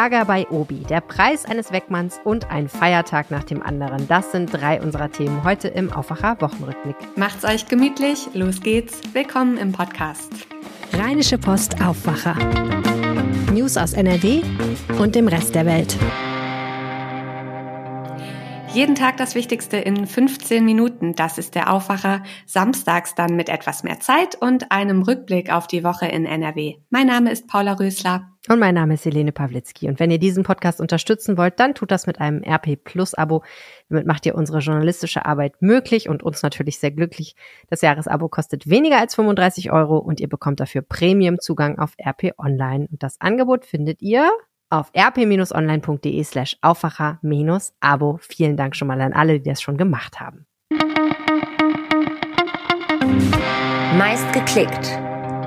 Ärger bei Obi, der Preis eines Wegmanns und ein Feiertag nach dem anderen. Das sind 3 unserer Themen heute im Aufwacher Wochenrückblick. Macht's euch gemütlich, los geht's. Willkommen im Podcast. Rheinische Post Aufwacher. News aus NRW und dem Rest der Welt. Jeden Tag das Wichtigste in 15 Minuten. Das ist der Aufwacher. Samstags dann mit etwas mehr Zeit und einem Rückblick auf die Woche in NRW. Mein Name ist Paula Rösler. Und mein Name ist Helene Pawlitzki. Und wenn ihr diesen Podcast unterstützen wollt, dann tut das mit einem RP-Plus-Abo. Damit macht ihr unsere journalistische Arbeit möglich und uns natürlich sehr glücklich. Das Jahresabo kostet weniger als 35 € und ihr bekommt dafür Premium-Zugang auf RP Online. Und das Angebot findet ihr auf rp-online.de/Aufwacher-Abo. Vielen Dank schon mal an alle, die das schon gemacht haben. Meist geklickt.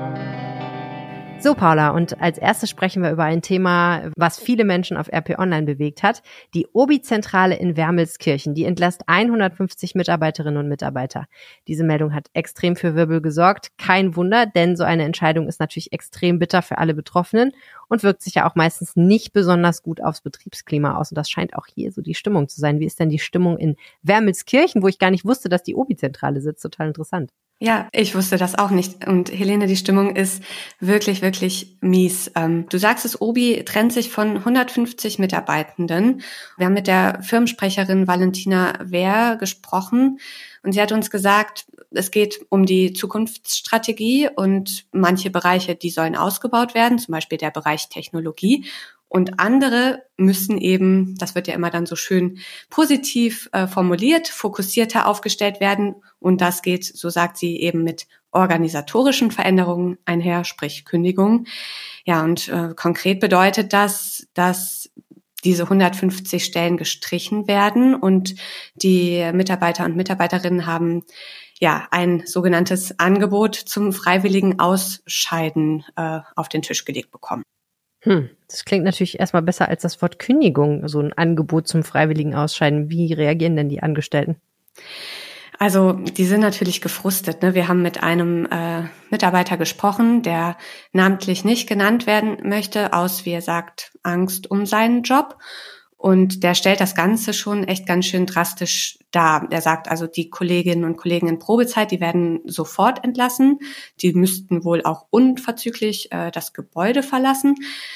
So, Paula, und als erstes sprechen wir über ein Thema, was viele Menschen auf RP Online bewegt hat. Die Obi-Zentrale in Wermelskirchen, die entlässt 150 Mitarbeiterinnen und Mitarbeiter. Diese Meldung hat extrem für Wirbel gesorgt. Kein Wunder, denn so eine Entscheidung ist natürlich extrem bitter für alle Betroffenen und wirkt sich ja auch meistens nicht besonders gut aufs Betriebsklima aus. Und das scheint auch hier so die Stimmung zu sein. Wie ist denn die Stimmung in Wermelskirchen, wo ich gar nicht wusste, dass die Obi-Zentrale sitzt? Total interessant. Ja, ich wusste das auch nicht. Und Helene, die Stimmung ist wirklich, wirklich mies. Du sagst es, Obi trennt sich von 150 Mitarbeitenden. Wir haben mit der Firmensprecherin Valentina Wehr gesprochen und sie hat uns gesagt, es geht um die Zukunftsstrategie und manche Bereiche, die sollen ausgebaut werden, zum Beispiel der Bereich Technologie. Und andere müssen eben, das wird ja immer dann so schön positiv formuliert, fokussierter aufgestellt werden. Und das geht, so sagt sie, eben mit organisatorischen Veränderungen einher, sprich Kündigungen. Ja, und konkret bedeutet das, dass diese 150 Stellen gestrichen werden und die Mitarbeiter und Mitarbeiterinnen haben ja ein sogenanntes Angebot zum freiwilligen Ausscheiden auf den Tisch gelegt bekommen. Das klingt natürlich erstmal besser als das Wort Kündigung, so ein Angebot zum freiwilligen Ausscheiden. Wie reagieren denn die Angestellten? Also die sind natürlich gefrustet. Ne? Wir haben mit einem Mitarbeiter gesprochen, der namentlich nicht genannt werden möchte, aus, wie er sagt, Angst um seinen Job. Und der stellt das Ganze schon echt ganz schön drastisch dar. Er sagt also, die Kolleginnen und Kollegen in Probezeit, die werden sofort entlassen. Die müssten wohl auch unverzüglich das Gebäude verlassen.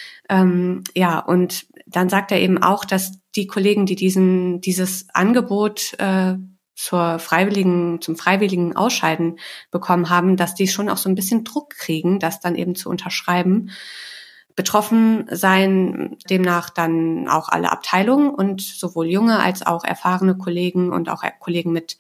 Ja, und dann sagt er eben auch, dass die Kollegen, die dieses Angebot zum freiwilligen Ausscheiden bekommen haben, dass die schon auch so ein bisschen Druck kriegen, das dann eben zu unterschreiben. Betroffen seien demnach dann auch alle Abteilungen und sowohl junge als auch erfahrene Kollegen und auch Kollegen mit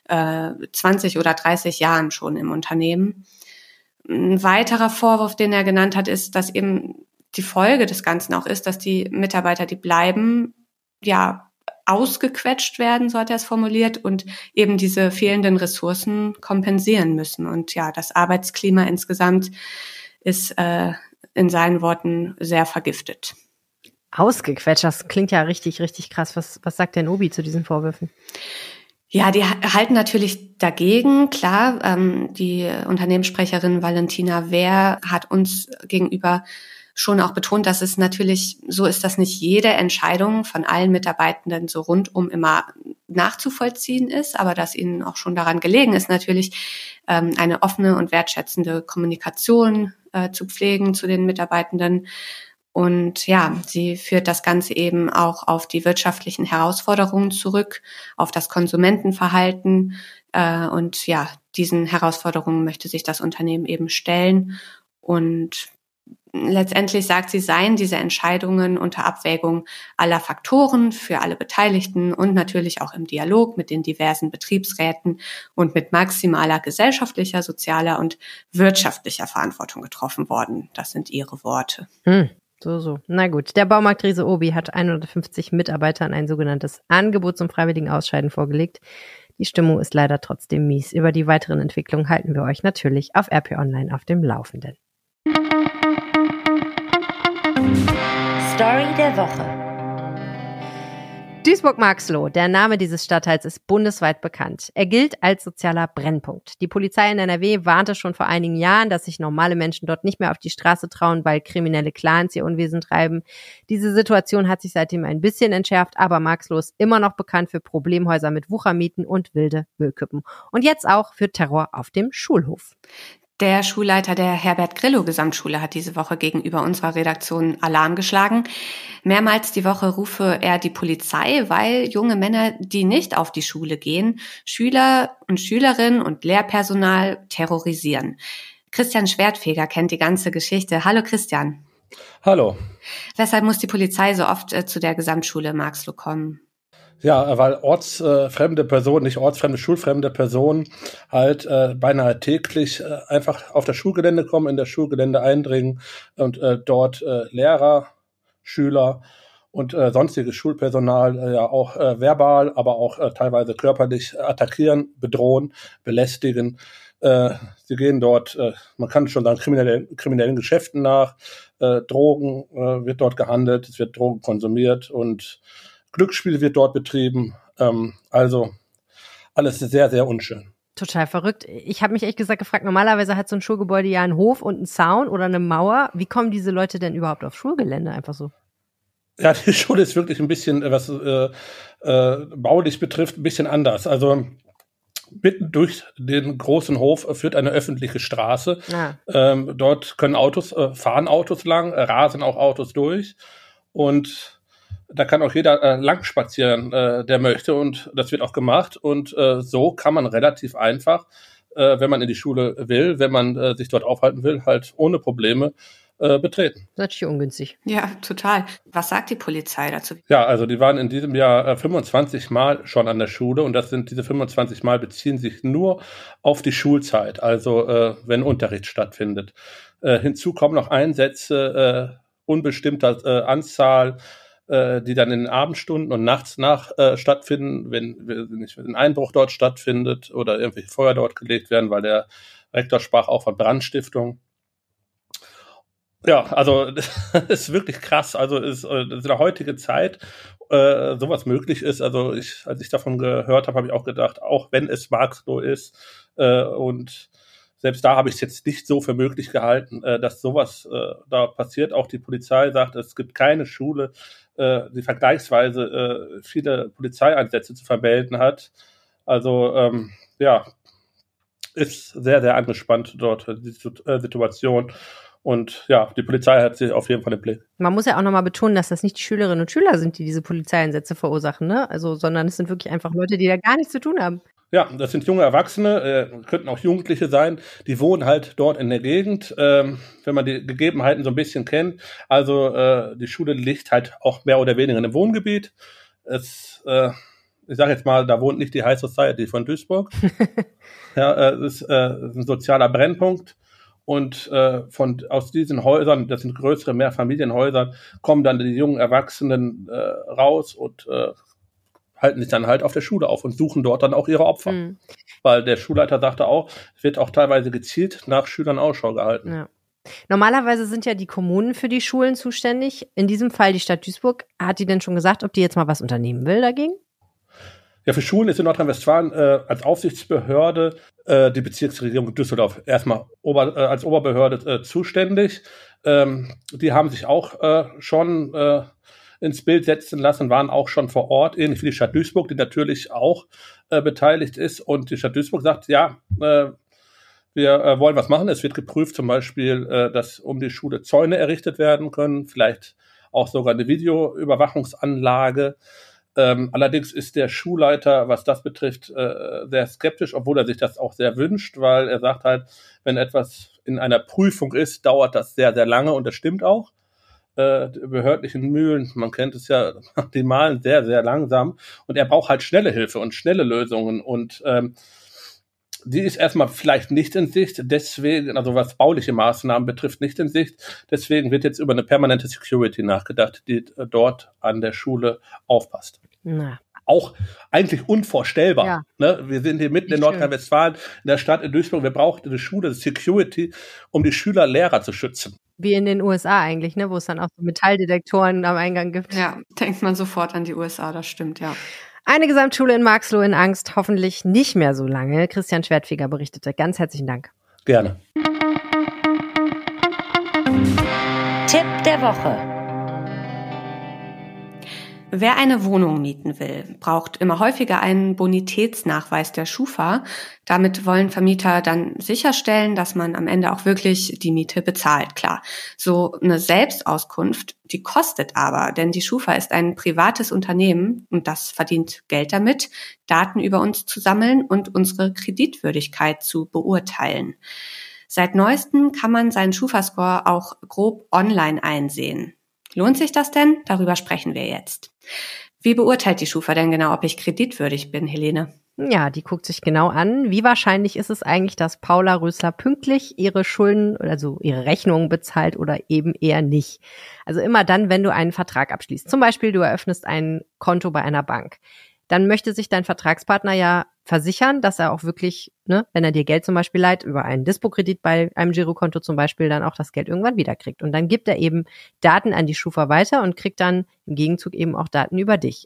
20 oder 30 Jahren schon im Unternehmen. Ein weiterer Vorwurf, den er genannt hat, ist, dass eben die Folge des Ganzen auch ist, dass die Mitarbeiter, die bleiben, ja, ausgequetscht werden, so hat er es formuliert, und eben diese fehlenden Ressourcen kompensieren müssen. Und ja, das Arbeitsklima insgesamt ist in seinen Worten sehr vergiftet. Ausgequetscht, das klingt ja richtig, richtig krass. Was sagt denn Obi zu diesen Vorwürfen? Ja, die halten natürlich dagegen. Klar, die Unternehmenssprecherin Valentina Wehr hat uns gegenüber schon auch betont, dass es natürlich so ist, dass nicht jede Entscheidung von allen Mitarbeitenden so rundum immer nachzuvollziehen ist, aber dass ihnen auch schon daran gelegen ist, natürlich eine offene und wertschätzende Kommunikation zu pflegen zu den Mitarbeitenden. Und ja, sie führt das Ganze eben auch auf die wirtschaftlichen Herausforderungen zurück, auf das Konsumentenverhalten. Und ja, diesen Herausforderungen möchte sich das Unternehmen eben stellen. Und letztendlich sagt sie, seien diese Entscheidungen unter Abwägung aller Faktoren für alle Beteiligten und natürlich auch im Dialog mit den diversen Betriebsräten und mit maximaler gesellschaftlicher, sozialer und wirtschaftlicher Verantwortung getroffen worden. Das sind ihre Worte. So. Na gut, der Baumarktriese Obi hat 150 Mitarbeitern ein sogenanntes Angebot zum freiwilligen Ausscheiden vorgelegt. Die Stimmung ist leider trotzdem mies. Über die weiteren Entwicklungen halten wir euch natürlich auf RP Online auf dem Laufenden. Story der Woche. Duisburg-Marxloh, der Name dieses Stadtteils ist bundesweit bekannt. Er gilt als sozialer Brennpunkt. Die Polizei in NRW warnte schon vor einigen Jahren, dass sich normale Menschen dort nicht mehr auf die Straße trauen, weil kriminelle Clans ihr Unwesen treiben. Diese Situation hat sich seitdem ein bisschen entschärft, aber Marxloh ist immer noch bekannt für Problemhäuser mit Wuchermieten und wilde Müllkippen. Und jetzt auch für Terror auf dem Schulhof. Der Schulleiter der Herbert-Grillo-Gesamtschule hat diese Woche gegenüber unserer Redaktion Alarm geschlagen. Mehrmals die Woche rufe er die Polizei, weil junge Männer, die nicht auf die Schule gehen, Schüler und Schülerinnen und Lehrpersonal terrorisieren. Christian Schwertfeger kennt die ganze Geschichte. Hallo Christian. Hallo. Weshalb muss die Polizei so oft zu der Gesamtschule Marxloh kommen? Ja, weil ortsfremde Personen, nicht ortsfremde, schulfremde Personen halt beinahe täglich einfach auf das Schulgelände kommen, in das Schulgelände eindringen und dort Lehrer, Schüler und sonstiges Schulpersonal ja auch verbal, aber auch teilweise körperlich attackieren, bedrohen, belästigen. Sie gehen dort, man kann schon sagen, kriminellen Geschäften nach, Drogen wird dort gehandelt, es wird Drogen konsumiert und Glücksspiel wird dort betrieben, also alles sehr, sehr unschön. Total verrückt. Ich habe mich echt gesagt gefragt, normalerweise hat so ein Schulgebäude ja einen Hof und einen Zaun oder eine Mauer. Wie kommen diese Leute denn überhaupt aufs Schulgelände einfach so? Ja, die Schule ist wirklich ein bisschen, was baulich betrifft, ein bisschen anders. Also mitten durch den großen Hof führt eine öffentliche Straße. Dort können fahren Autos lang, rasen auch Autos durch und da kann auch jeder lang spazieren, der möchte, und das wird auch gemacht. Und so kann man relativ einfach, wenn man in die Schule will, wenn man sich dort aufhalten will, halt ohne Probleme betreten. Das ist natürlich ungünstig. Ja, total. Was sagt die Polizei dazu? Ja, also die waren in diesem Jahr 25 Mal schon an der Schule, und diese 25 Mal beziehen sich nur auf die Schulzeit, also wenn Unterricht stattfindet. Hinzu kommen noch Einsätze unbestimmter Anzahl, die dann in den Abendstunden und nachts stattfinden, wenn ein Einbruch dort stattfindet oder irgendwelche Feuer dort gelegt werden, weil der Rektor sprach auch von Brandstiftung. Ja, also das ist wirklich krass. Also in der heutigen Zeit sowas möglich ist. Also als ich davon gehört habe, habe ich auch gedacht, auch wenn es Marxloh ist und selbst da habe ich es jetzt nicht so für möglich gehalten, dass sowas da passiert. Auch die Polizei sagt, es gibt keine Schule, die vergleichsweise viele Polizeieinsätze zu vermelden hat. Also ist sehr, sehr angespannt dort die Situation. Und ja, die Polizei hat sie auf jeden Fall im Blick. Man muss ja auch nochmal betonen, dass das nicht die Schülerinnen und Schüler sind, die diese Polizeieinsätze verursachen, ne? Also, sondern es sind wirklich einfach Leute, die da gar nichts zu tun haben. Ja, das sind junge Erwachsene, könnten auch Jugendliche sein, die wohnen halt dort in der Gegend, wenn man die Gegebenheiten so ein bisschen kennt. Also die Schule liegt halt auch mehr oder weniger in einem Wohngebiet. Ich sage jetzt mal, da wohnt nicht die High Society von Duisburg. Ja, es ist ein sozialer Brennpunkt. Und aus diesen Häusern, das sind größere Mehrfamilienhäuser, kommen dann die jungen Erwachsenen raus und halten sich dann halt auf der Schule auf und suchen dort dann auch ihre Opfer. Mhm. Weil der Schulleiter sagte auch, es wird auch teilweise gezielt nach Schülern Ausschau gehalten. Ja. Normalerweise sind ja die Kommunen für die Schulen zuständig. In diesem Fall die Stadt Duisburg. Hat die denn schon gesagt, ob die jetzt mal was unternehmen will dagegen? Ja, für Schulen ist in Nordrhein-Westfalen als Aufsichtsbehörde die Bezirksregierung Düsseldorf erstmal als Oberbehörde zuständig. Die haben sich auch schon ins Bild setzen lassen, waren auch schon vor Ort, ähnlich wie die Stadt Duisburg, die natürlich auch beteiligt ist. Und die Stadt Duisburg sagt, ja, wir wollen was machen. Es wird geprüft zum Beispiel, dass um die Schule Zäune errichtet werden können, vielleicht auch sogar eine Videoüberwachungsanlage. Allerdings ist der Schulleiter, was das betrifft, sehr skeptisch, obwohl er sich das auch sehr wünscht, weil er sagt halt, wenn etwas in einer Prüfung ist, dauert das sehr, sehr lange, und das stimmt auch. Die behördlichen Mühlen, man kennt es ja, die malen sehr, sehr langsam, und er braucht halt schnelle Hilfe und schnelle Lösungen, und die ist erstmal vielleicht nicht in Sicht, deswegen, also was bauliche Maßnahmen betrifft, nicht in Sicht, deswegen wird jetzt über eine permanente Security nachgedacht, die dort an der Schule aufpasst. Na. Auch eigentlich unvorstellbar. Ja. Ne? Wir sind hier mitten in Nordrhein-Westfalen, in der Stadt in Duisburg, wir brauchen eine Schule, Security, um die Schüler, Lehrer zu schützen. Wie in den USA eigentlich, ne, wo es dann auch so Metalldetektoren am Eingang gibt. Ja, denkt man sofort an die USA, das stimmt, ja. Eine Gesamtschule in Marxloh in Angst, hoffentlich nicht mehr so lange. Christian Schwertfeger berichtete. Ganz herzlichen Dank. Gerne. Tipp der Woche. Wer eine Wohnung mieten will, braucht immer häufiger einen Bonitätsnachweis der Schufa. Damit wollen Vermieter dann sicherstellen, dass man am Ende auch wirklich die Miete bezahlt, klar. So eine Selbstauskunft, die kostet aber, denn die Schufa ist ein privates Unternehmen und das verdient Geld damit, Daten über uns zu sammeln und unsere Kreditwürdigkeit zu beurteilen. Seit neuestem kann man seinen Schufa-Score auch grob online einsehen. Lohnt sich das denn? Darüber sprechen wir jetzt. Wie beurteilt die Schufa denn genau, ob ich kreditwürdig bin, Helene? Ja, die guckt sich genau an, wie wahrscheinlich ist es eigentlich, dass Paula Rösler pünktlich ihre Schulden, also ihre Rechnungen bezahlt oder eben eher nicht. Also immer dann, wenn du einen Vertrag abschließt. Zum Beispiel, du eröffnest ein Konto bei einer Bank. Dann möchte sich dein Vertragspartner ja versichern, dass er auch wirklich, ne, wenn er dir Geld zum Beispiel leiht, über einen Dispo-Kredit bei einem Girokonto zum Beispiel, dann auch das Geld irgendwann wiederkriegt. Und dann gibt er eben Daten an die Schufa weiter und kriegt dann im Gegenzug eben auch Daten über dich.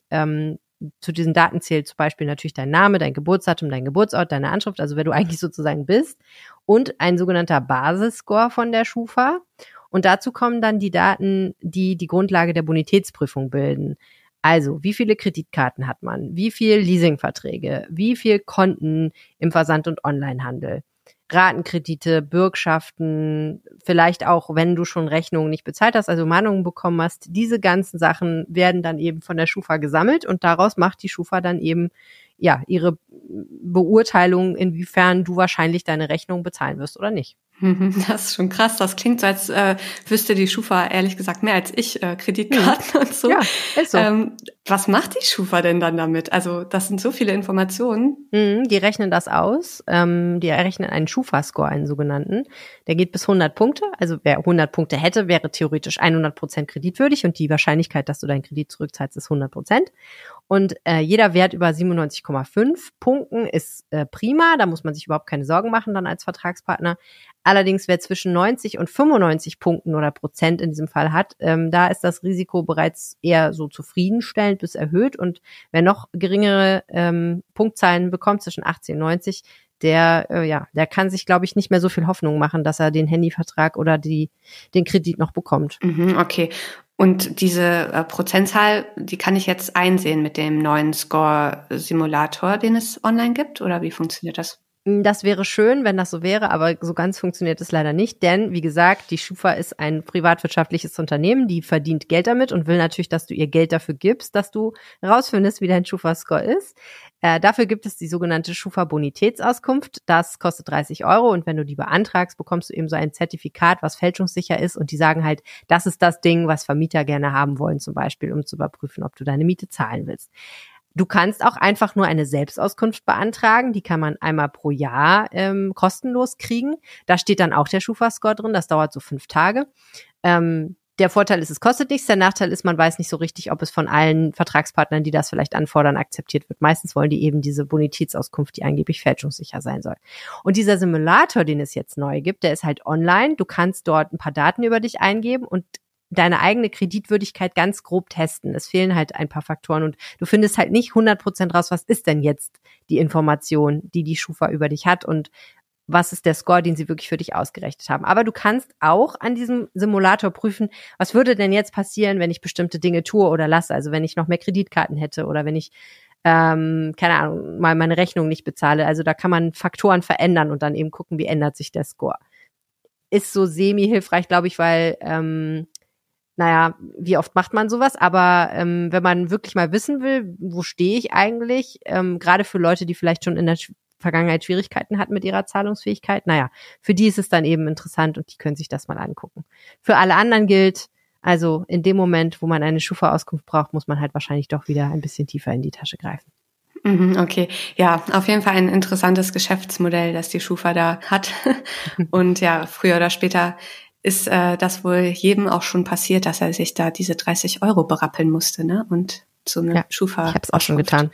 Zu diesen Daten zählt zum Beispiel natürlich dein Name, dein Geburtsdatum, dein Geburtsort, deine Anschrift, also wer du eigentlich sozusagen bist, und ein sogenannter Basisscore von der Schufa. Und dazu kommen dann die Daten, die die Grundlage der Bonitätsprüfung bilden. Also, wie viele Kreditkarten hat man? Wie viel Leasingverträge? Wie viel Konten im Versand- und Onlinehandel? Ratenkredite, Bürgschaften, vielleicht auch, wenn du schon Rechnungen nicht bezahlt hast, also Mahnungen bekommen hast. Diese ganzen Sachen werden dann eben von der Schufa gesammelt und daraus macht die Schufa dann eben ja ihre Beurteilung, inwiefern du wahrscheinlich deine Rechnung bezahlen wirst oder nicht. Das ist schon krass. Das klingt so, als wüsste die Schufa ehrlich gesagt mehr als ich Kreditkarten und so. Ja, ist so. Was macht die Schufa denn dann damit? Also das sind so viele Informationen. Die rechnen das aus. Die errechnen einen Schufa-Score, einen sogenannten. Der geht bis 100 Punkte. Also wer 100 Punkte hätte, wäre theoretisch 100% kreditwürdig und die Wahrscheinlichkeit, dass du deinen Kredit zurückzahlst, ist 100%. Und jeder Wert über 97,5 Punkten ist prima. Da muss man sich überhaupt keine Sorgen machen dann als Vertragspartner. Allerdings, wer zwischen 90 und 95 Punkten oder Prozent in diesem Fall hat, da ist das Risiko bereits eher so zufriedenstellend bis erhöht. Und wer noch geringere Punktzahlen bekommt, zwischen 80 und 90, der kann sich, glaube ich, nicht mehr so viel Hoffnung machen, dass er den Handyvertrag oder den Kredit noch bekommt. Okay. Und diese Prozentzahl, die kann ich jetzt einsehen mit dem neuen Score-Simulator, den es online gibt? Oder wie funktioniert das? Das wäre schön, wenn das so wäre, aber so ganz funktioniert es leider nicht, denn wie gesagt, die Schufa ist ein privatwirtschaftliches Unternehmen, die verdient Geld damit und will natürlich, dass du ihr Geld dafür gibst, dass du rausfindest, wie dein Schufa-Score ist. Dafür gibt es die sogenannte Schufa-Bonitätsauskunft, das kostet 30 € und wenn du die beantragst, bekommst du eben so ein Zertifikat, was fälschungssicher ist und die sagen halt, das ist das Ding, was Vermieter gerne haben wollen zum Beispiel, um zu überprüfen, ob du deine Miete zahlen willst. Du kannst auch einfach nur eine Selbstauskunft beantragen, die kann man einmal pro Jahr kostenlos kriegen. Da steht dann auch der Schufa-Score drin, das dauert so 5 Tage. Der Vorteil ist, es kostet nichts, der Nachteil ist, man weiß nicht so richtig, ob es von allen Vertragspartnern, die das vielleicht anfordern, akzeptiert wird. Meistens wollen die eben diese Bonitätsauskunft, die angeblich fälschungssicher sein soll. Und dieser Simulator, den es jetzt neu gibt, der ist halt online. Du kannst dort ein paar Daten über dich eingeben und deine eigene Kreditwürdigkeit ganz grob testen. Es fehlen halt ein paar Faktoren und du findest halt nicht 100% raus, was ist denn jetzt die Information, die die Schufa über dich hat und was ist der Score, den sie wirklich für dich ausgerechnet haben. Aber du kannst auch an diesem Simulator prüfen, was würde denn jetzt passieren, wenn ich bestimmte Dinge tue oder lasse. Also wenn ich noch mehr Kreditkarten hätte oder wenn ich, keine Ahnung, mal meine Rechnung nicht bezahle. Also da kann man Faktoren verändern und dann eben gucken, wie ändert sich der Score. Ist so semi-hilfreich, glaube ich, weil wie oft macht man sowas? Aber wenn man wirklich mal wissen will, wo stehe ich eigentlich, gerade für Leute, die vielleicht schon in der Vergangenheit Schwierigkeiten hatten mit ihrer Zahlungsfähigkeit, für die ist es dann eben interessant und die können sich das mal angucken. Für alle anderen gilt, also in dem Moment, wo man eine Schufa-Auskunft braucht, muss man halt wahrscheinlich doch wieder ein bisschen tiefer in die Tasche greifen. Okay, ja, auf jeden Fall ein interessantes Geschäftsmodell, das die Schufa da hat. Und ja, früher oder später ist das wohl jedem auch schon passiert, dass er sich da diese 30 € berappeln musste, ne? Und so eine Schufa. Ich habe es auch schon getan.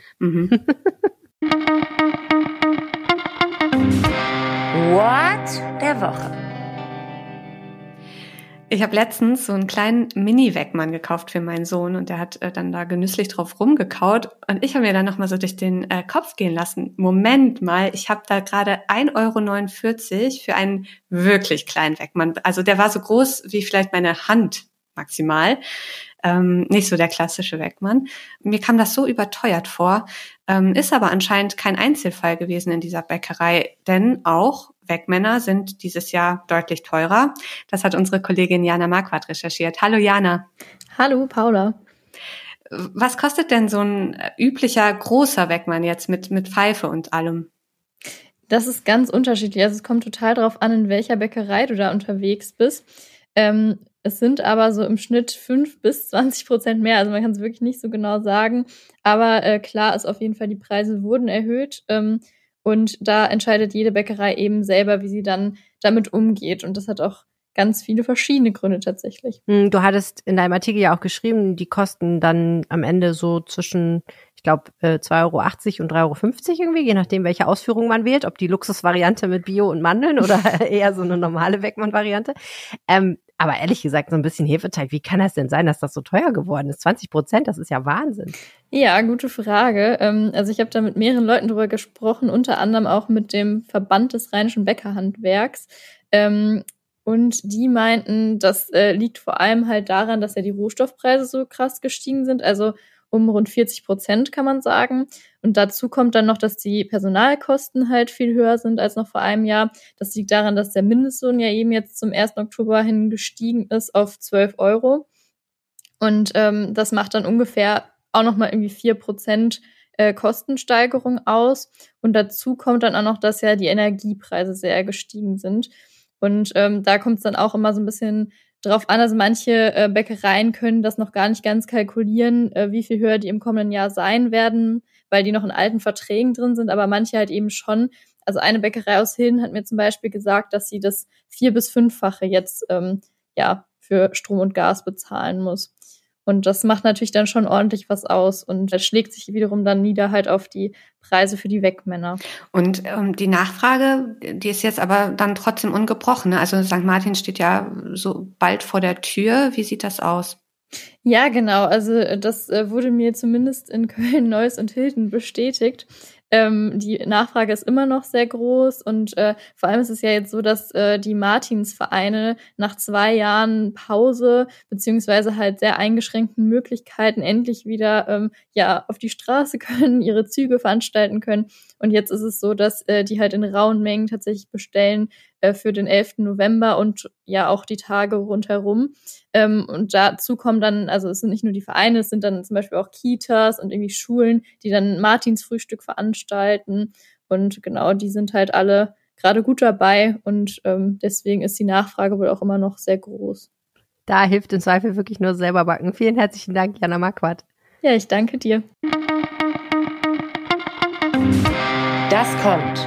What der Woche. Ich habe letztens so einen kleinen Mini-Weckmann gekauft für meinen Sohn und der hat dann da genüsslich drauf rumgekaut und ich habe mir dann nochmal so durch den Kopf gehen lassen. Moment mal, ich habe da gerade 1,49 € für einen wirklich kleinen Weckmann. Also der war so groß wie vielleicht meine Hand maximal. Nicht so der klassische Weckmann. Mir kam das so überteuert vor, ist aber anscheinend kein Einzelfall gewesen in dieser Bäckerei, denn auch Weckmänner sind dieses Jahr deutlich teurer. Das hat unsere Kollegin Jana Marquardt recherchiert. Hallo Jana. Hallo Paula. Was kostet denn so ein üblicher großer Weckmann jetzt mit Pfeife und allem? Das ist ganz unterschiedlich. Also es kommt total darauf an, in welcher Bäckerei du da unterwegs bist. Es sind aber so im Schnitt 5-20% mehr. Also man kann es wirklich nicht so genau sagen. Aber klar ist auf jeden Fall, die Preise wurden erhöht. Und da entscheidet jede Bäckerei eben selber, wie sie dann damit umgeht. Und das hat auch ganz viele verschiedene Gründe tatsächlich. Du hattest in deinem Artikel ja auch geschrieben, die kosten dann am Ende so zwischen, ich glaube, 2,80 € und 3,50 € irgendwie, je nachdem, welche Ausführung man wählt, ob die Luxusvariante mit Bio und Mandeln oder eher so eine normale Weckmann-Variante. Aber ehrlich gesagt, so ein bisschen Hefeteig, wie kann das denn sein, dass das so teuer geworden ist? 20%, das ist ja Wahnsinn. Ja, gute Frage. Also ich habe da mit mehreren Leuten drüber gesprochen, unter anderem auch mit dem Verband des Rheinischen Bäckerhandwerks. Und die meinten, das liegt vor allem halt daran, dass ja die Rohstoffpreise so krass gestiegen sind, also um rund 40% kann man sagen. Und dazu kommt dann noch, dass die Personalkosten halt viel höher sind als noch vor einem Jahr. Das liegt daran, dass der Mindestlohn ja eben jetzt zum 1. Oktober hin gestiegen ist auf 12 €. Und das macht dann ungefähr auch nochmal irgendwie 4% Kostensteigerung aus. Und dazu kommt dann auch noch, dass ja die Energiepreise sehr gestiegen sind. Und da kommt es dann auch immer so ein bisschen drauf an. Also manche Bäckereien können das noch gar nicht ganz kalkulieren, wie viel höher die im kommenden Jahr sein werden, weil die noch in alten Verträgen drin sind, aber manche halt eben schon. Also eine Bäckerei aus Hilden hat mir zum Beispiel gesagt, dass sie das 4- bis 5-fache jetzt für Strom und Gas bezahlen muss. Und das macht natürlich dann schon ordentlich was aus und das schlägt sich wiederum dann nieder halt auf die Preise für die Weckmänner. Und die Nachfrage, die ist jetzt aber dann trotzdem ungebrochen, ne? Also St. Martin steht ja so bald vor der Tür. Wie sieht das aus? Ja, genau. Also das wurde mir zumindest in Köln, Neuss und Hilden bestätigt. Die Nachfrage ist immer noch sehr groß und vor allem ist es ja jetzt so, dass die Martinsvereine nach 2 Jahren Pause beziehungsweise halt sehr eingeschränkten Möglichkeiten endlich wieder auf die Straße können, ihre Züge veranstalten können. Und jetzt ist es so, dass die halt in rauen Mengen tatsächlich bestellen für den 11. November und ja auch die Tage rundherum. Und dazu kommen dann, also es sind nicht nur die Vereine, es sind dann zum Beispiel auch Kitas und irgendwie Schulen, die dann Martinsfrühstück veranstalten. Und genau, die sind halt alle gerade gut dabei und deswegen ist die Nachfrage wohl auch immer noch sehr groß. Da hilft im Zweifel wirklich nur selber backen. Vielen herzlichen Dank, Jana Marquardt. Ja, ich danke dir. Das kommt.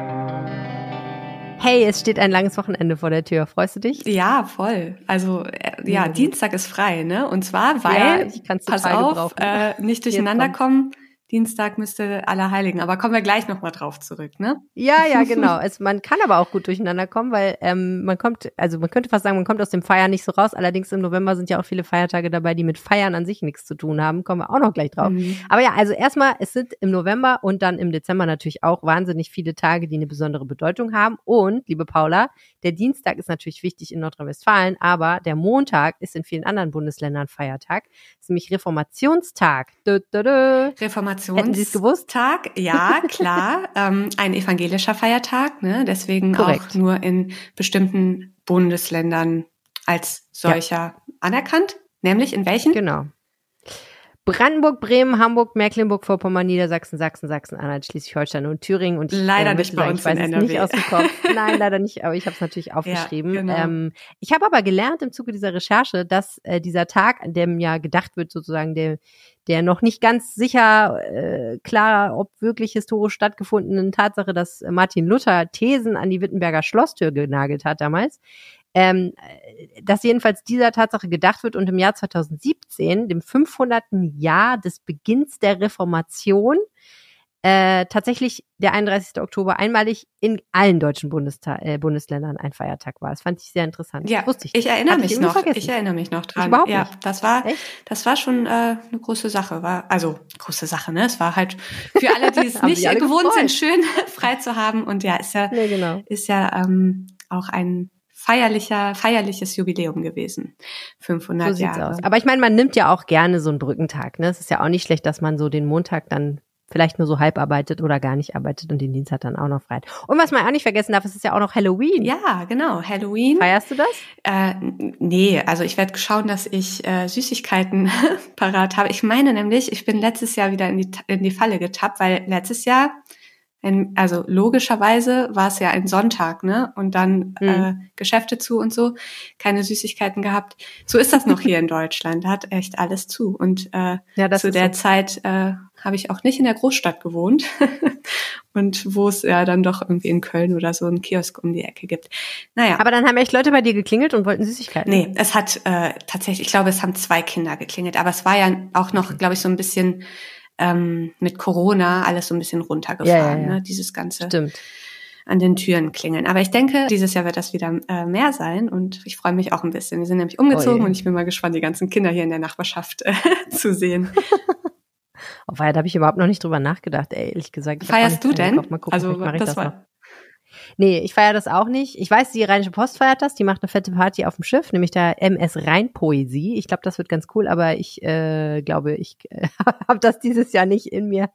Hey, es steht ein langes Wochenende vor der Tür. Freust du dich? Ja, voll. Also Dienstag ist frei, ne? Und zwar, weil, ich kann's pass total auf, nicht durcheinander kommen. Dienstag müsste Allerheiligen, aber kommen wir gleich nochmal drauf zurück, ne? Ja, genau. Man kann aber auch gut durcheinander kommen, weil man könnte fast sagen, man kommt aus dem Feiern nicht so raus. Allerdings im November sind ja auch viele Feiertage dabei, die mit Feiern an sich nichts zu tun haben. Kommen wir auch noch gleich drauf. Aber ja, also erstmal, es sind im November und dann im Dezember natürlich auch wahnsinnig viele Tage, die eine besondere Bedeutung haben. Und, liebe Paula, der Dienstag ist natürlich wichtig in Nordrhein-Westfalen, aber der Montag ist in vielen anderen Bundesländern Feiertag. Das ist nämlich Reformationstag. Hätten Sie es gewusst? Tag, ja, klar. Ein evangelischer Feiertag, ne? Deswegen Korrekt. Auch nur in bestimmten Bundesländern als solcher anerkannt. Nämlich in welchen? Genau. Brandenburg, Bremen, Hamburg, Mecklenburg-Vorpommern, Niedersachsen, Sachsen, Sachsen-Anhalt, Schleswig-Holstein und Thüringen. Und leider nicht bei uns ich weiß in es NRW. nicht aus dem Kopf. Nein, leider nicht, aber ich habe es natürlich aufgeschrieben. Ja, genau. Ich habe aber gelernt im Zuge dieser Recherche, dass dieser Tag, an dem ja gedacht wird, sozusagen der noch nicht ganz sicher klar, ob wirklich historisch stattgefundenen Tatsache, dass Martin Luther Thesen an die Wittenberger Schlosstür genagelt hat damals, dass jedenfalls dieser Tatsache gedacht wird und im Jahr 2017, dem 500. Jahr des Beginns der Reformation, tatsächlich der 31. Oktober einmalig in allen deutschen Bundesländern ein Feiertag war. Das fand ich sehr interessant. Ja, wusste ich erinnere mich noch. Vergessen. Ich erinnere mich noch dran. Überhaupt ja, nicht. das war schon eine große Sache. Große Sache, ne? Es war halt für alle, die es nicht gewohnt sind, schön frei zu haben. Und ja, ist ja auch ein feierliches Jubiläum gewesen. 500 so sieht's Jahre. aus. Aber ich meine, man nimmt ja auch gerne so einen Brückentag. Ne? Es ist ja auch nicht schlecht, dass man so den Montag dann vielleicht nur so halb arbeitet oder gar nicht arbeitet und den Dienstag dann auch noch frei hat. Und was man auch nicht vergessen darf, es ist ja auch noch Halloween. Ja, genau, Halloween. Feierst du das? Nee, also ich werde schauen, dass ich Süßigkeiten parat habe. Ich meine nämlich, ich bin letztes Jahr wieder in die Falle getappt, weil letztes Jahr, also logischerweise war es ja ein Sonntag, ne? Und dann Geschäfte zu und so, keine Süßigkeiten gehabt. So ist das noch hier in Deutschland, da hat echt alles zu. Und zu der Zeit habe ich auch nicht in der Großstadt gewohnt und wo es ja dann doch irgendwie in Köln oder so einen Kiosk um die Ecke gibt. Naja. Aber dann haben echt Leute bei dir geklingelt und wollten Süßigkeiten? Nee, es hat tatsächlich, ich glaube, es haben 2 Kinder geklingelt, aber es war ja auch noch, glaube ich, so ein bisschen mit Corona alles so ein bisschen runtergefahren, ja. Ne? Dieses ganze Stimmt. An den Türen klingeln. Aber ich denke, dieses Jahr wird das wieder mehr sein und ich freue mich auch ein bisschen. Wir sind nämlich umgezogen und ich bin mal gespannt, die ganzen Kinder hier in der Nachbarschaft zu sehen. Oh, da habe ich überhaupt noch nicht drüber nachgedacht, ehrlich gesagt. Feierst du denn? Mal gucken, also mache ich das war noch. Nee, ich feiere das auch nicht. Ich weiß, die Rheinische Post feiert das. Die macht eine fette Party auf dem Schiff, nämlich der MS Rheinpoesie. Ich glaube, das wird ganz cool, aber ich glaube, ich habe das dieses Jahr nicht in mir,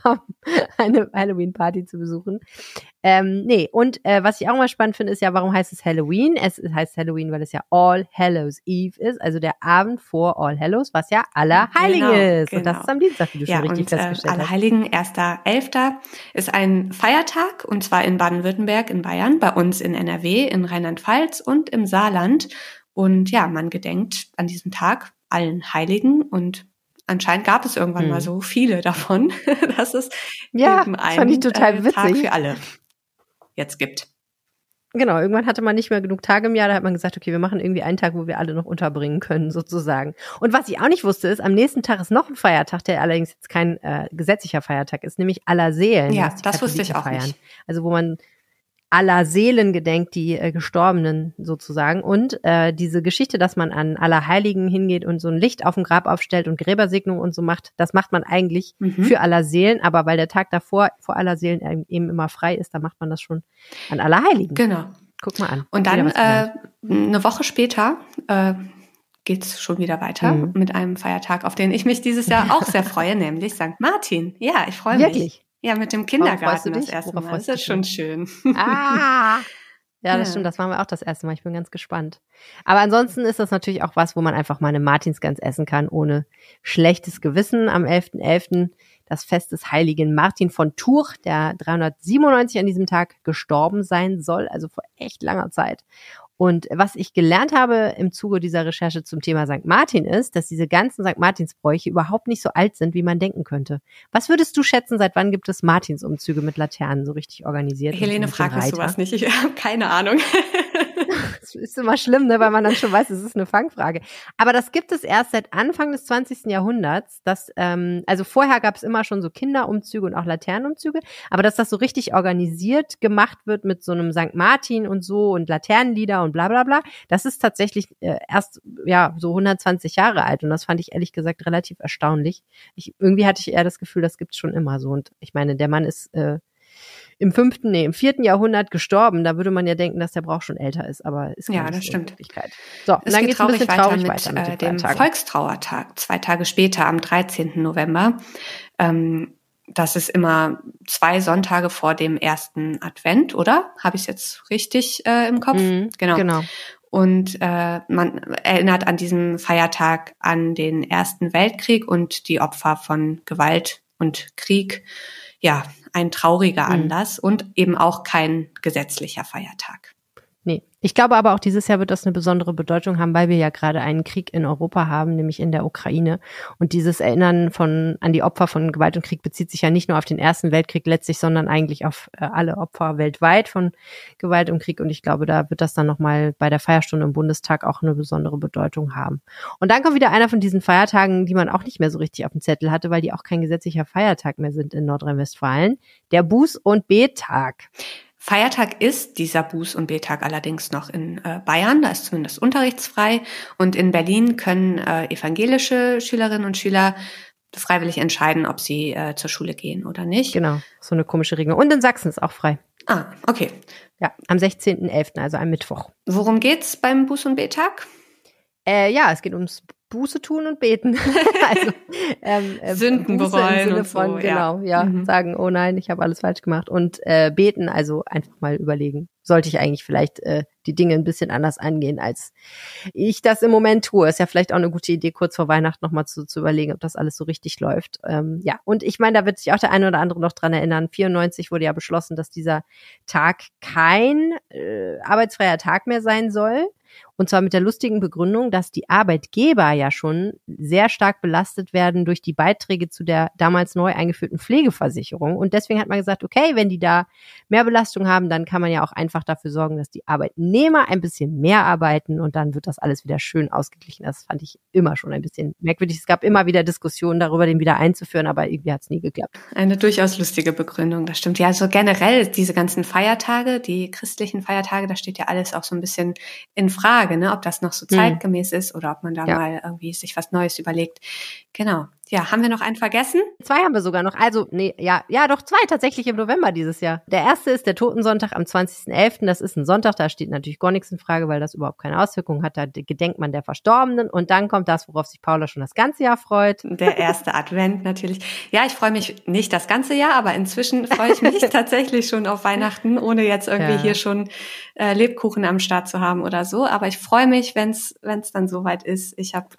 eine Halloween-Party zu besuchen. Nee, und was ich auch mal spannend finde, ist ja, warum heißt es Halloween? Es heißt Halloween, weil es ja All Hallows Eve ist, also der Abend vor All Hallows, was ja Allerheiligen ist. Und das ist am Dienstag, wie du schon richtig festgestellt hast. Allerheiligen, 1.11. ist ein Feiertag, und zwar in Baden-Württemberg, in Bayern, bei uns in NRW, in Rheinland-Pfalz und im Saarland. Und ja, man gedenkt an diesem Tag allen Heiligen, und anscheinend gab es irgendwann mal so viele davon, dass es eben einen Tag für alle jetzt gibt. Genau, irgendwann hatte man nicht mehr genug Tage im Jahr, da hat man gesagt, okay, wir machen irgendwie einen Tag, wo wir alle noch unterbringen können, sozusagen. Und was ich auch nicht wusste, ist, am nächsten Tag ist noch ein Feiertag, der allerdings jetzt kein gesetzlicher Feiertag ist, nämlich Allerseelen. Ja, das wusste ich auch nicht. Also wo man aller Seelen gedenkt, die Gestorbenen sozusagen. Und diese Geschichte, dass man an Allerheiligen hingeht und so ein Licht auf dem Grab aufstellt und Gräbersegnung und so macht, das macht man eigentlich für Allerseelen, aber weil der Tag davor vor Allerseelen eben immer frei ist, da macht man das schon an Allerheiligen. Genau. Guck mal an. Und dann eine Woche später geht's schon wieder weiter mit einem Feiertag, auf den ich mich dieses Jahr auch sehr freue, nämlich St. Martin. Ja, ich freue mich. Wirklich? Ja, mit dem Kindergarten das erste Mal. Das ist schon schön. Ja, das stimmt. Das machen wir auch das erste Mal. Ich bin ganz gespannt. Aber ansonsten ist das natürlich auch was, wo man einfach mal eine Martinsgans essen kann, ohne schlechtes Gewissen. Am 11.11. das Fest des heiligen Martin von Tours, der 397 an diesem Tag gestorben sein soll, also vor echt langer Zeit. Und was ich gelernt habe im Zuge dieser Recherche zum Thema St. Martin ist, dass diese ganzen St. Martinsbräuche überhaupt nicht so alt sind, wie man denken könnte. Was würdest du schätzen, seit wann gibt es Martinsumzüge mit Laternen so richtig organisiert? Helene, frag mich sowas nicht, ich habe keine Ahnung. Das ist immer schlimm, ne, weil man dann schon weiß, es ist eine Fangfrage. Aber das gibt es erst seit Anfang des 20. Jahrhunderts. Also vorher gab es immer schon so Kinderumzüge und auch Laternenumzüge, aber dass das so richtig organisiert gemacht wird mit so einem St. Martin und so und Laternenlieder und bla bla bla, das ist tatsächlich erst so 120 Jahre alt, und das fand ich ehrlich gesagt relativ erstaunlich. Irgendwie hatte ich eher das Gefühl, das gibt's schon immer so, und ich meine, der Mann ist im 4. Jahrhundert gestorben. Da würde man ja denken, dass der Brauch schon älter ist, aber ist gar nicht so in Wirklichkeit. So, und dann geht's ein bisschen traurig weiter mit dem Volkstrauertag, 2 Tage später, am 13. November. Das ist immer 2 Sonntage vor dem ersten Advent, oder? Habe ich es jetzt richtig im Kopf? Genau. Und man erinnert an diesem Feiertag an den Ersten Weltkrieg und die Opfer von Gewalt und Krieg. Ja, ein trauriger Anlass und eben auch kein gesetzlicher Feiertag. Nee. Ich glaube aber auch dieses Jahr wird das eine besondere Bedeutung haben, weil wir ja gerade einen Krieg in Europa haben, nämlich in der Ukraine. Und dieses Erinnern an die Opfer von Gewalt und Krieg bezieht sich ja nicht nur auf den Ersten Weltkrieg letztlich, sondern eigentlich auf alle Opfer weltweit von Gewalt und Krieg. Und ich glaube, da wird das dann nochmal bei der Feierstunde im Bundestag auch eine besondere Bedeutung haben. Und dann kommt wieder einer von diesen Feiertagen, die man auch nicht mehr so richtig auf dem Zettel hatte, weil die auch kein gesetzlicher Feiertag mehr sind in Nordrhein-Westfalen. Der Buß- und Bettag. Feiertag ist dieser Buß- und Bettag allerdings noch in Bayern, da ist zumindest unterrichtsfrei. Und in Berlin können evangelische Schülerinnen und Schüler freiwillig entscheiden, ob sie zur Schule gehen oder nicht. Genau, so eine komische Regelung. Und in Sachsen ist auch frei. Ah, okay. Ja, am 16.11., also am Mittwoch. Worum geht's beim Buß- und Bettag? Ja, es geht ums Buße tun und beten. Also Sünden Buße bereuen im Sinne und so, von, genau, sagen, oh nein, ich habe alles falsch gemacht. Und beten, also einfach mal überlegen, sollte ich eigentlich vielleicht die Dinge ein bisschen anders angehen, als ich das im Moment tue. Ist ja vielleicht auch eine gute Idee, kurz vor Weihnachten nochmal zu überlegen, ob das alles so richtig läuft. Ja, und ich meine, da wird sich auch der eine oder andere noch dran erinnern. 1994 wurde ja beschlossen, dass dieser Tag kein arbeitsfreier Tag mehr sein soll. Und zwar mit der lustigen Begründung, dass die Arbeitgeber ja schon sehr stark belastet werden durch die Beiträge zu der damals neu eingeführten Pflegeversicherung. Und deswegen hat man gesagt, okay, wenn die da mehr Belastung haben, dann kann man ja auch einfach dafür sorgen, dass die Arbeitnehmer ein bisschen mehr arbeiten und dann wird das alles wieder schön ausgeglichen. Das fand ich immer schon ein bisschen merkwürdig. Es gab immer wieder Diskussionen darüber, den wieder einzuführen, aber irgendwie hat es nie geklappt. Eine durchaus lustige Begründung, das stimmt. Ja, also generell diese ganzen Feiertage, die christlichen Feiertage, da steht ja alles auch so ein bisschen in Frage, ne, ob das noch so zeitgemäß ist oder ob man da mal irgendwie sich was Neues überlegt. Genau. Ja, haben wir noch einen vergessen? 2 haben wir sogar noch. Also, doch 2 tatsächlich im November dieses Jahr. Der erste ist der Totensonntag am 20.11. Das ist ein Sonntag, da steht natürlich gar nichts in Frage, weil das überhaupt keine Auswirkungen hat. Da gedenkt man der Verstorbenen. Und dann kommt das, worauf sich Paula schon das ganze Jahr freut. Der erste Advent natürlich. Ja, ich freue mich nicht das ganze Jahr, aber inzwischen freue ich mich tatsächlich schon auf Weihnachten, ohne jetzt irgendwie hier schon Lebkuchen am Start zu haben oder so. Aber ich freue mich, wenn es dann soweit ist. Ich hab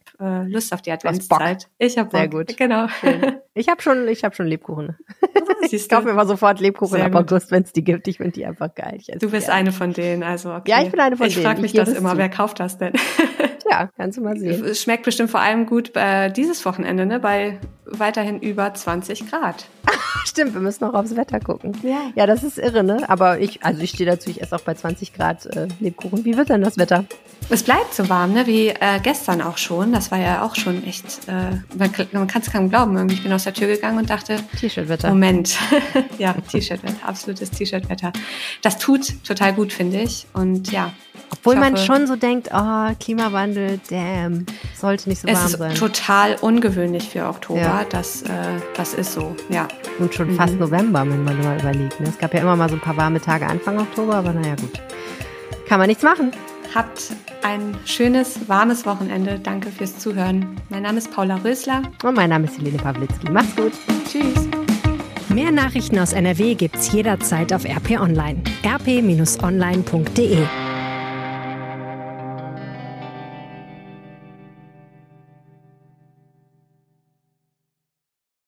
Lust auf die Adventszeit. Ich habe Bock. Sehr gut. Genau. Schön. Ich habe schon Lebkuchen. Ich kaufe mir immer sofort Lebkuchen ab August, wenn es die gibt. Ich finde die einfach geil. Du bist eine von denen, also okay. Ja, ich bin eine von denen. Ich frage mich das immer, wer kauft das denn? Ja, kannst du mal sehen. Es schmeckt bestimmt vor allem gut dieses Wochenende, ne? Bei weiterhin über 20 Grad. Stimmt, wir müssen auch aufs Wetter gucken. Ja, das ist irre, ne? Aber ich stehe dazu, ich esse auch bei 20 Grad Lebkuchen. Wie wird denn das Wetter? Es bleibt so warm, ne? Wie gestern auch schon. Das war ja auch schon echt, man kann es kaum glauben. Irgendwie. Ich bin aus der Tür gegangen und dachte, T-Shirt-Wetter. Moment. Ja, T-Shirt-Wetter, absolutes T-Shirt-Wetter. Das tut total gut, finde ich. Und ja. Obwohl man schon so denkt, Klimawandel, damn, sollte nicht so warm sein. Es ist total ungewöhnlich für Oktober, ja. Das ist so, ja. Und schon fast November, wenn man mal überlegt. Ne? Es gab ja immer mal so ein paar warme Tage Anfang Oktober, aber naja, gut. Kann man nichts machen. Habt ein schönes, warmes Wochenende. Danke fürs Zuhören. Mein Name ist Paula Rösler. Und mein Name ist Helene Pawlitzki. Macht's gut. Tschüss. Mehr Nachrichten aus NRW gibt's jederzeit auf RP Online. rp-online.de